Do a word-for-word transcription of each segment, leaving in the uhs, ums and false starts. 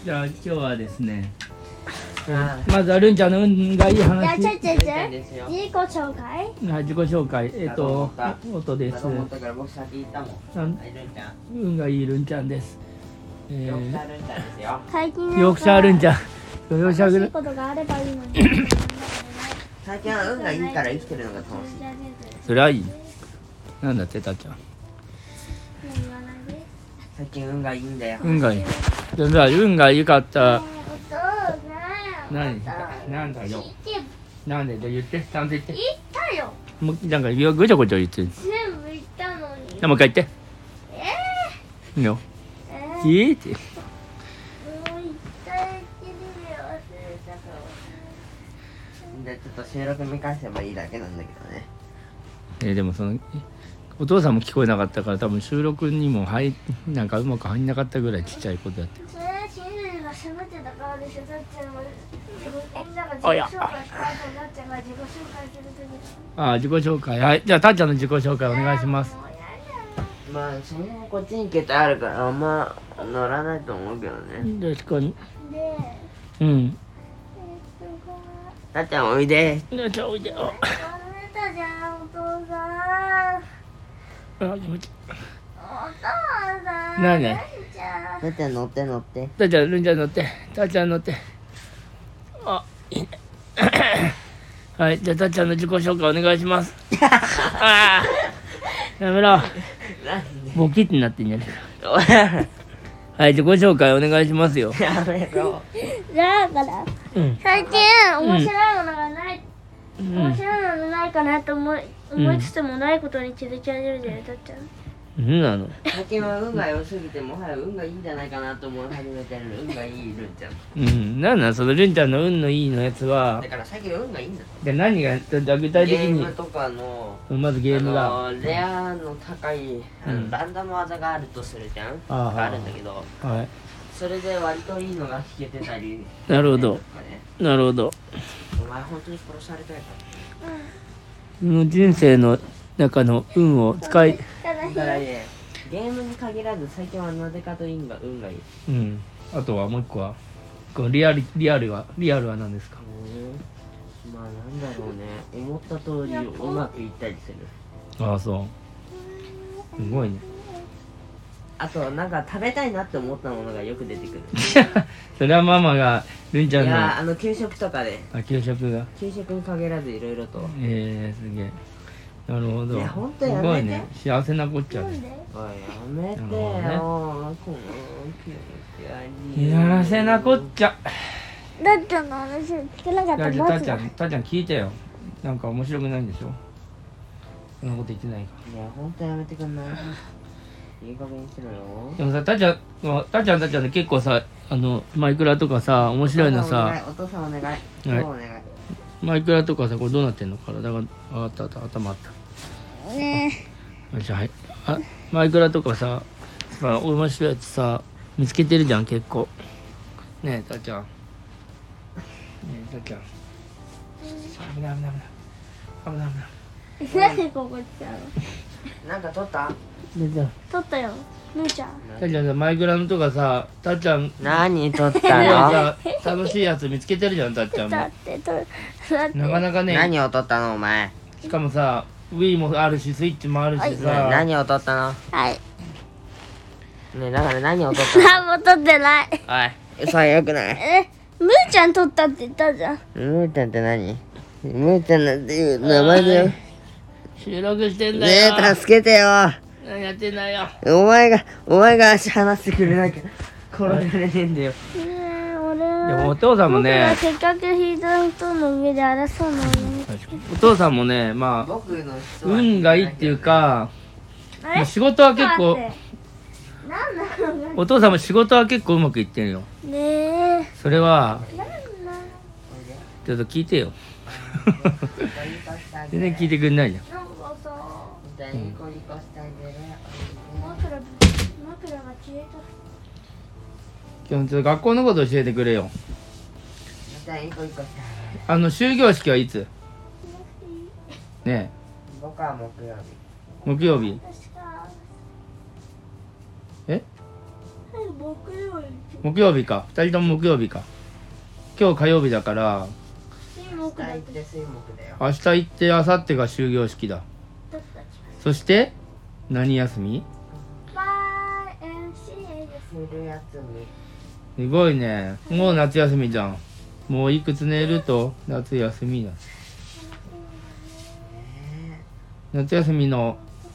じゃあ今日はですね、まずはるんちゃんの運がいい話。 いや、ちょちょちょ自己紹介。 はい、自己紹介。えっと、音です。運がいいるんちゃんです。えー、最近ヨークシャーるんちゃん。ヨークシャーるんちゃん。楽しいことがあればいいのに。 最近は運がいいから生きてるのが楽しい。 それはいい。なんだってたっちゃん。 最近運がいいんだよ。 運がいい。じゃあ運が良かった。何なんだよ。なんで言ってちゃんと言って。 言ったよ。 もうなんかぐちょぐちょ言ってる。 全部言ったのに。 もう一回言って。 ええー。いいよ。 えー。えーって。 もう一回言ってるよ。忘れたから。 じゃあちょっと収録見返せばいいだけなんだけどね。 えー、でもそのお父さんも聞こえなかったから多分収録にも入なんかうまく入んなかったぐらいちっちゃいことだって。 それは親戚が喋ってたからでしょ。だってみんなが自己おや紹介した後になっちゃうから自己紹介するとき。 ああ自己紹介はいじゃあたっちゃんの自己紹介お願いします。 まあそのこっちに携帯あるからあんま乗らないと思うけどね。 確かに。 で、 うん。 たっちゃんおいで。 たっちゃんおいで。あたじゃんお父さん。 あ気持ちいい。 お父さん。 何？ たっちゃん乗って乗って。 たっちゃんるんちゃん乗って。たっちゃん乗って。あいいね。はいじゃあたっちゃんの自己紹介お願いします。ああやめろ。ボキってなってんじゃねえか。はい自己紹介お願いしますよ。 やめろ。 だから、 うん、 最近面白いものがない。うん、面白いものないかなと思い、思いつつもないことに気づき始めるじゃないたっちゃん。 うんなの。 最近は運が良すぎてもはや運がいいんじゃないかなと思い始めてる運がいいるんちゃん。 うんなんなんそのるんちゃんの運のいいのやつは。 だから最近運がいいんだ。 で何が具体的に。 ゲームとかのまずゲームがあのレアの高いあの、うん、ランダム技があるとするじゃん。ああるんだけど。はい。それで割といいのが弾けてたり。 なるほど。ね、なるほど。 お前本当に殺されたいか。 うん。の人生の中の運を使い。 だからね、ゲームに限らず最近はなぜかと運が運がいい。 うん。あとはもう一個はこのリアルリアルはリアルは何ですか。 うん。まあなんだろうね。思った通りうまくいったりする。 ああそう。すごいね。 あとなんか食べたいなって思ったものがよく出てくる。 それはママがるんちゃんの。 いやあの給食とかで。 あ給食が。 給食に限らずいろいろと。 ええー、すげえ。なるほど。 いや本当やめて。 すごいね。幸せなこっちゃね。 おいやめてよ。 幸せなこっちゃ。 だっちゃんの話聞けなかったら。 たっちゃんたっちゃん聞いてよ。なんか面白くないんでしょ。そんなこと言ってないか。 いや本当やめてくんない。いい加減にしろよ。 でもさ、たっちゃん、たっちゃんたっちゃんで結構さ、あのマイクラとかさ、面白いのさ。 お父さんお願い。はい。お願い。 マイクラとかさ、これどうなってんの？体があったあった頭あった。ねえ。じゃあはい。あ、マイクラとかさ、まあ面白いやつさ見つけてるじゃん結構。ねえたっちゃん。ねえたっちゃん。危ない危ない危ない危ない危ない。 なんでここ来たの？ なんか撮った？ 撮ったよ。むーちゃん。 たっちゃんさマイクラのとかさ、たっちゃん何撮ったの？ 楽しいやつ見つけてるじゃんたっちゃんも。 だってとなかなかね。 何を撮ったのお前？ しかもさ、Wii もあるしスイッチもあるしさ。 はい、何を撮ったの？ はい。 ねだから何を撮ったの？ 何も撮ってない。 はい。最悪ない。 え、むーちゃん撮ったって言ったじゃん。 むーちゃんって何？むーちゃんなんていう名前だよ。 収録してんだよ。 ねえ助けてよ。 何やってんだよ。 お前がお前が足離してくれなきゃ殺されねえんだよ。 ね俺でもお父さんもね。 せっかく引いた人の上で争うのに。 お父さんもね、まあ運がいいっていうか、まあ、仕事は結構。お父さんも仕事は結構うまくいってるよ。 ねえ。 それはちょっと聞いてよ。全然聞いてくれないじゃん。うん、今日学校のこと教えてくれよ。あの終業式はいつ？ねえ。 僕は木曜日。 木曜日。え？ 木曜日。 木曜日か。二人とも木曜日か。今日火曜日だから、 水木だって明日行って水木だよ。 明日行って明後日が終業式だ。 だった気がそして何休み？ バイエンシーです昼休み。 すごいね。もう夏休みじゃん。もういくつ寝ると夏休みだ。夏休みの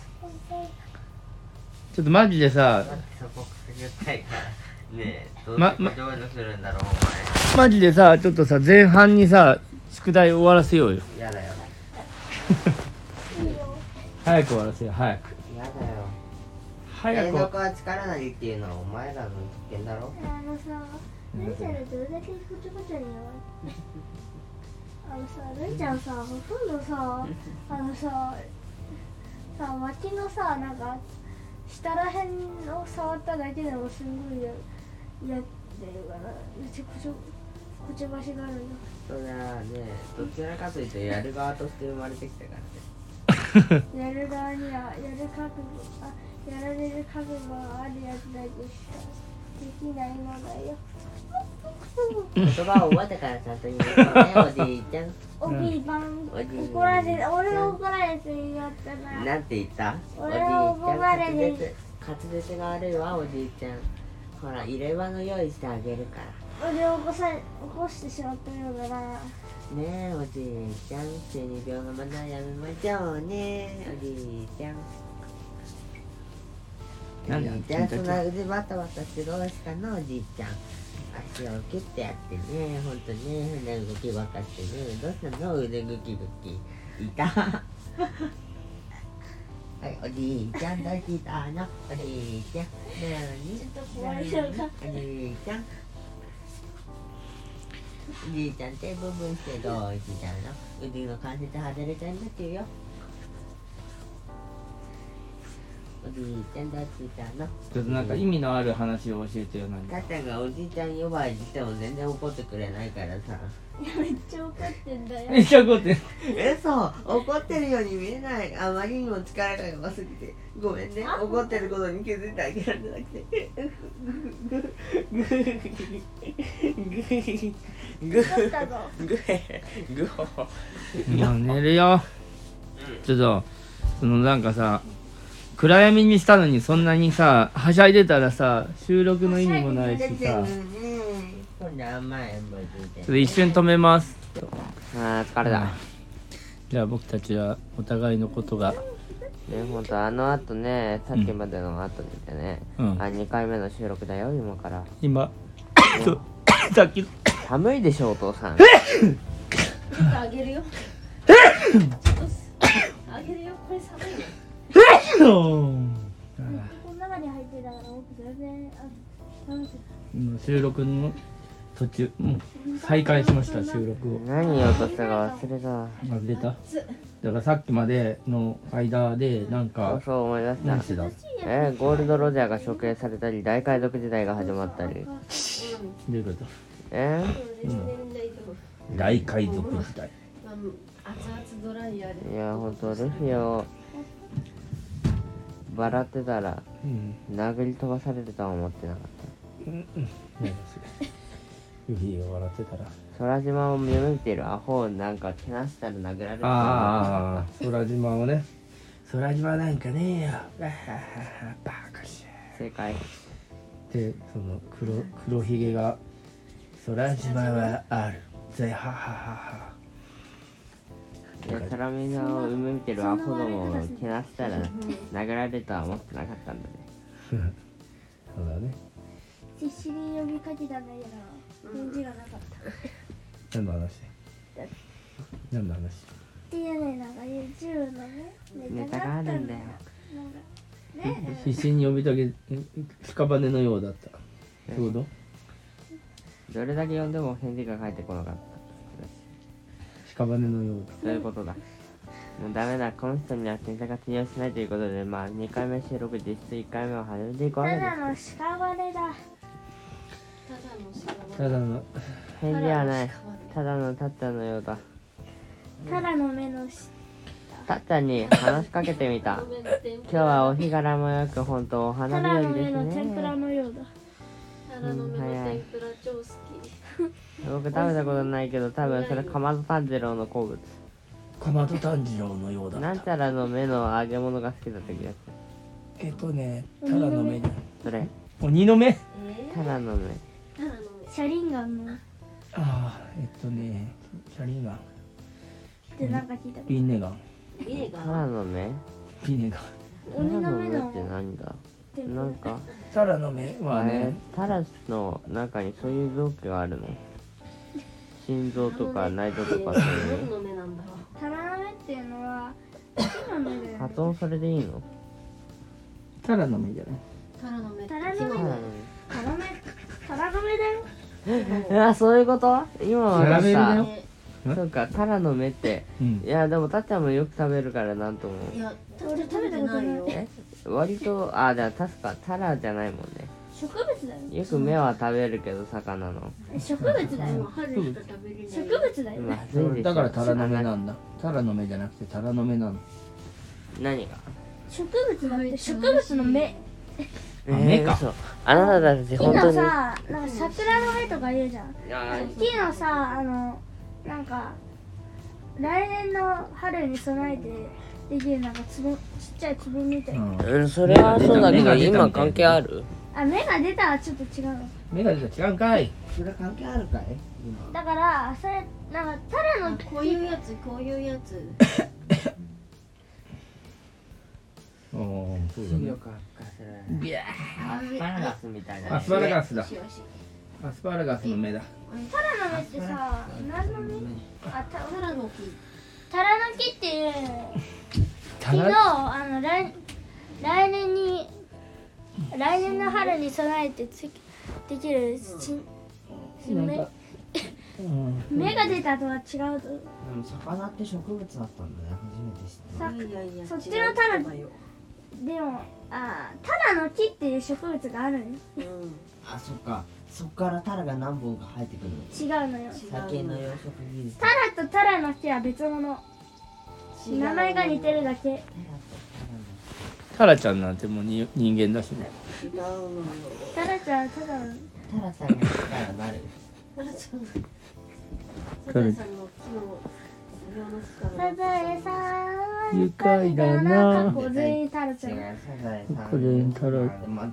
ちょっとマジでさ、 だってそこくすぐったいからねえ、どうままして上手するんだろうおマジでさ、ちょっとさ前半にさ宿題終わらせようよ。 前。やだよ。 早く終わらせよう。早くやだよ。 早く。 永続は力なりっていうのはお前らの実験だろ。 あのさ、ルイちゃんがどれだけこちょこちょにあのさ、ルイちゃんさ、ほとんどさ、あのさ、さ、脇のさ、なんか下らへんを触っただけでもすんごいややってるから、めちゃくちゃこちばしがあるんだ。 そりゃあね、どちらかというとやる側として生まれてきたからね。 やる側にはやる覚悟、あ、やられる覚悟があるやつだけしかできないのだよ。 言葉を覚えたからちゃんと言うよね、おじいちゃん。 おびばん、 おじいちゃん怒られ、俺が怒られてやったな。 なんて言ったおじいち俺はゃん、 怒られ滑る舌滑舌が悪いわ、おじいちゃん。ほら、入れ歯の用意してあげるから。 俺を起こさ起こしてしまったようだな。 ねえ、おじいちゃん、中二病のままやめましょうね、おじいちゃん。おじいちゃん、そんな腕バタバタしてどうしたの、おじいちゃん。足をキュッてやってね、ほんとね、変な動きばっかしてね。どうしたの、腕グキグキ。いた。はい、おじいちゃん、どうしたの、おじいちゃん。なに、 ちょっと怖いのが。 おじいちゃん。おじいちゃん手部分してどうしたの、腕の関節外れちゃうんだってよ。おじいちゃんどうしたの。 ちょっとなんか意味のある話を教えてよ。何たっちゃんがおじいちゃん呼ばわりしても全然怒ってくれないからさ。 いやめっちゃ怒ってんだよ。 めっちゃ怒ってん。 え、そう怒ってるように見えない。あまりにも力が弱すぎてごめんね。怒ってることに気づいてあげられなくて。グ怒ったぞ。 グヘグホホ。 もう寝るよ。ちょっとそのなんかさ暗闇にしたのにそんなにさはしゃいでたらさ収録の意味もないしさ。ちょっと一瞬止めます。 あー疲れた。 じゃあ僕たちはお互いのことがね、ほんとあの後ね、さっきまでの後にてね、 うんあ、にかいめの収録だよ、今から。 今そうさっき寒いでしょ、お父さん。 ちょっとあげるよ。ちょっとあげるよ。これ寒いよ。この中に入ってたから僕全然あ食べて今収録の途中もう再開しました収録を。 何言おうとしたか忘れた。 忘れた。だからさっきまでの間でなんそうかそう思い出した何。してた？ えー、ゴールドロジャーが処刑されたり、大海賊時代が始まったり。 どういうこと？ え大海賊時代。 熱々ドライヤーー、 でいや、ほんとルフィを笑ってたらうん。 殴り飛ばされるとは思ってなかっ何それ？ルフィが笑ってたら。 た。空島を見向いてるアホをなんかけなしたら殴られると思う。 ああ、空島をね。空島なんかねえよ。バカし。 正解。 で、その黒黒ひげが空島はある。ぜはははは。 いや、空島を見てるアホどもをけなしたら殴られるとは思ってなかったんだね。 そうだね。 必死に呼びかけたんだけど返事がなかった何の話？何の話？ っていうね、なんか YouTube のねネタがあるんだよ。 なんかね必死に呼びかけ屍のようだった。そういうこと？ どれだけ読んでも返事が返ってこなかった。 屍のようだ。 そういうことだ。もうダメだ、この人には検査が通用しないということで、まあにかいめ収録、実質いっかいめを始めていくわけたです。 だの屍だ。 ただの返事はない。ただのたっちゃんのようだ。 ただの目の下。 たっちゃんに話しかけてみた。今日はお日柄もよく、本当お花ただの日和です目の天ぷらね。 のようだ。 タラの芽の天ぷら超好き。 僕食べたことないけど多分それかまど炭治郎の好物。 かまど炭治郎のようだなんちゃらの目の揚げ物が好きだった気がする。 えっとねタラの目じゃんそれ鬼の目えタラの目。 タラのシャリンガンのっああえっとねシャリンガンてなんか聞いた。 ビンネガン芽。ビネガタラー。 の目？ ビンネガンタラ鬼の目のの目って何だ？なんかタラの目はねえータラの中にそういう臓器があるの？心臓とか内臓とかそういう。 何の芽なんだろタラの目っていうのは木の芽だよね。 発音それでいいの？ タラの目じゃないう。タラの芽。 タラの芽タラのタラ目タラの芽だよ。 目。あ、そういうこと？今は分かっキャラメルだよた。 えそうか、タラの目って。 うんいや、でもたっちゃんもよく食べるからなんとも。 いや、俺食べてないよ。 え割と、あ、じゃあ確かタラじゃないもんね。 植物だよ。 よく目は食べるけど、魚の。 え植物だでもよ。 春しか食べれない。 植物だよ。 まずいでしょだからタラの目なんだタラの目じゃなくてタラの目なの何が？ 植物だって植物の芽。 目か嘘あなたたち木本当に。 のさ、なんか桜の芽とか言うじゃん。 あ木のさ、あのなんか来年の春に備えてできるなんかつぼちっちゃいつぼみたいな。 うんうん、それはそうだけど、 目が出た今関係ある？ あ、芽が出たらちょっと違うの。 目が出た違うんかいそれ関係あるかい？ だからそれなんかタラのこういうやつ、こういうやつ。 おおそうだねよく悪化する。 ビャアスパラガスみたいな。 アスパラガスだよしよし。 アスパラガスの目だタラの芽ってさ、何の実？あ、たタラの木。 タラの木っていう木のタラあの来来年に来年の春に備えてつできるし芽なんかうん芽が出たとは違うと。 でも魚って植物だったんだね。初めて知った。 さいやいや、 そっちのタラ違うよ。 でもあタラの木っていう植物があるのよ。 うん。 あ、そっか。そっからタラが何本か生えてくるの。 違うのよ。 酒の養殖技術。 タラとタラの木は別物。名前が似てるだけ。 タラちゃんなんてもうに人間だしね違うのよ。 タラちゃんただのタラさんが来たらなる。 タラちゃん。サザエさんの木の上の木から。 サザエさんは愉快だな過去全員タラちゃん。 違う、サザエさん。 これタラま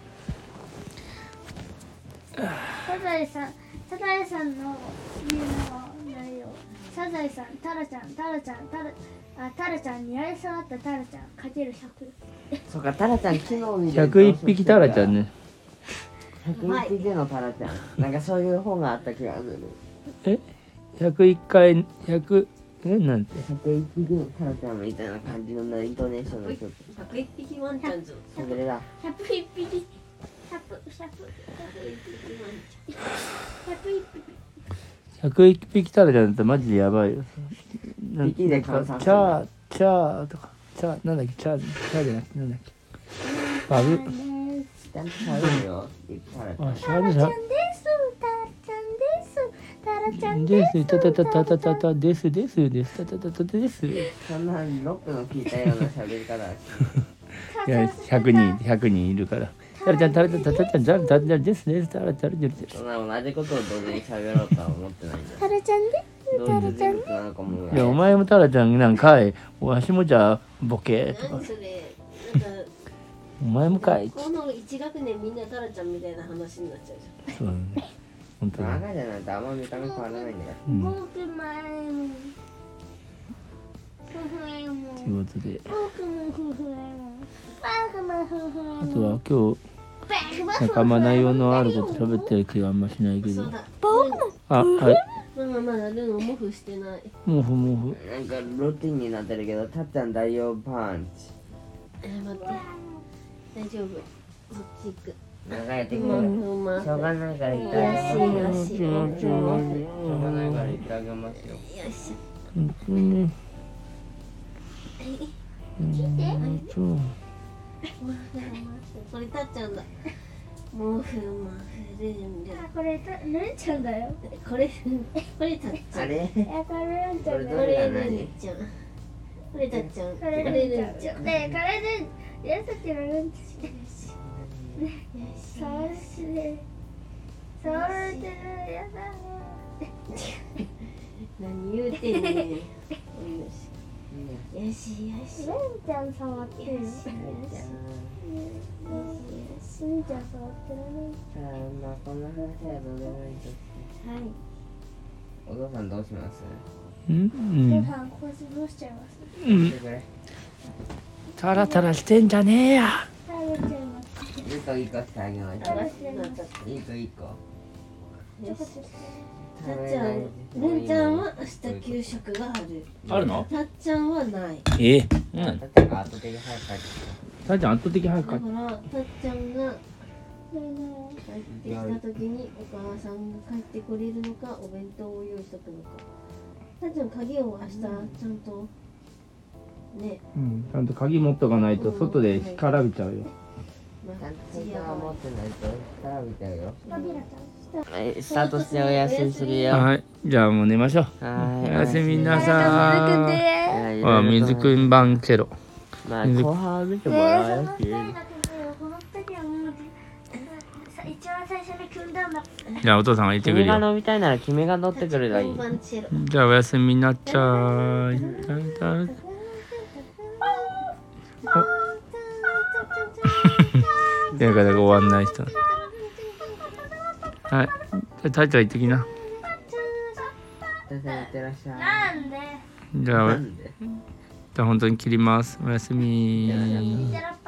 サザエさん、サザエさんの言うのはないよ。サザエさん、タラちゃん、タラちゃん、タラ、あ、タラちゃんにやり触ったタラちゃんかけるひゃく。 そっか、タラちゃん木の実でひゃくいっぴきタラちゃんねひゃくいっぴきのタラちゃん。なんかそういう本があった気がする。 えひゃくいっかいひゃくえなんてひゃくいっぴきのタラちゃんみたいな感じのイントネーションの曲。 百一匹ワンちゃんじゃん。 それだ。 ひゃくいっぴき。ひゃく、ひゃく、ひゃくいっぴき。 ひゃくいっぴきタラちゃんだったらマジでやばいよなん匹で換算するチャーチャーとかチャーなんだっけチャーチャーじゃなくてなんだっけバブちゃんと喋るよ。タラちゃん。 あシタラちゃんャーでしょです。タラちゃんです。タラちゃんでです。 すたたたたたたたですですですたたたたたですいそんなロックの聞いたような喋り方だし。 やひゃくにんひゃくにんいるからタラちゃんタラちゃんタラちゃんタラちゃんタラですですタラタラですそんな同じことを同時に喋ろうとは思ってないんだよ。 タラちゃんです。 どういう人物なのかも。 いやお前もタラちゃんなんかいわしもじゃあボケとか何それ。なんか。 お前もかいこの一学年みんなタラちゃんみたいな話になっちゃうじゃん。 そうだね本当だ赤じゃないとあんま見た目変わらないんだよ。 うん僕前も。ふふえも。 ということで僕もふふえも。僕もふふえも。 あとは今日仲間内容のあること喋ってる気があんましないけどそうだ。 あはいママまだルンをモフしてない。 もふもふなんかルーティンになってるけど、たっちゃん大王パンチ。 えー、待って。大丈夫。そっち行く。 長いてくる。 モフま。 しょうがないから言ってよあげますよ。 しよし。 しょうがないから言ってあげますよ。 よいしょ。 本当にうんそうこれたっちゃんだ。モフまルンルン。 あ、これたルンちゃんだよ。 これこれたっちゃん。 あれいや、これルンちゃんだこよ。 れルンちゃん。これたっちゃん。 これこれルルンちゃん。 ンちゃん。ねえ、これで、やさちのルンちゃん。触らせて。 触られてるやだ。 何言うてんねん。よしよしよし。 レンちゃん触ってる。 じゃしんちゃん触ってるね。 あ、まあこんな話はどうでもいいとして。 はい。 お父さんどうします？ うんうおん父さん腰どうしちゃいます。 うんしてくれ。 タラタラしてんじゃねえや。 食べちゃいます。 いい子いい子してあげましょ食べちゃいます。 う。いい子いい子。 よし。 ちょこたっちゃん、れんちゃんは明日給食がある。 あるの？ たっちゃんはない。 ええ。うだっん。 て後で早く帰ってきたっちゃん圧倒的早だかく帰っらたっちゃんがねえね帰ってきた時にお母さんが帰ってくれるのかお弁当を用意しとくのか。たっちゃん鍵を明日ちゃんとね、 うん。ちゃんと鍵持っとかないと外で干からびちゃうよ。 まちゃんと次時間を持ってないと力見ちゃうよ。 え。バビラちゃん。 はい、スタートしてお休みするよ。ははい。じゃあもう寝ましょう。 い。 おやすみなあさりがとうーい。 ね。 あ、水くん番ケロ。 まあ後半を見てもで、 らうよその二人だけど、この二人はもうさ一番最初に組んだんだ。 じゃあお父さんが言ってく君がるよ。 飲みたいなら君が乗ってくればいい。 本番チェロ。 じゃあおやすみなっちゃーい。だいだいだからが終わんない人。はい。じゃあタイちゃん行ってきな。 先生いってらっしゃい。 なんで。 じゃあ、じなんで？ ゃあ本当に切ります。おやすみじゃあじゃあいたらっ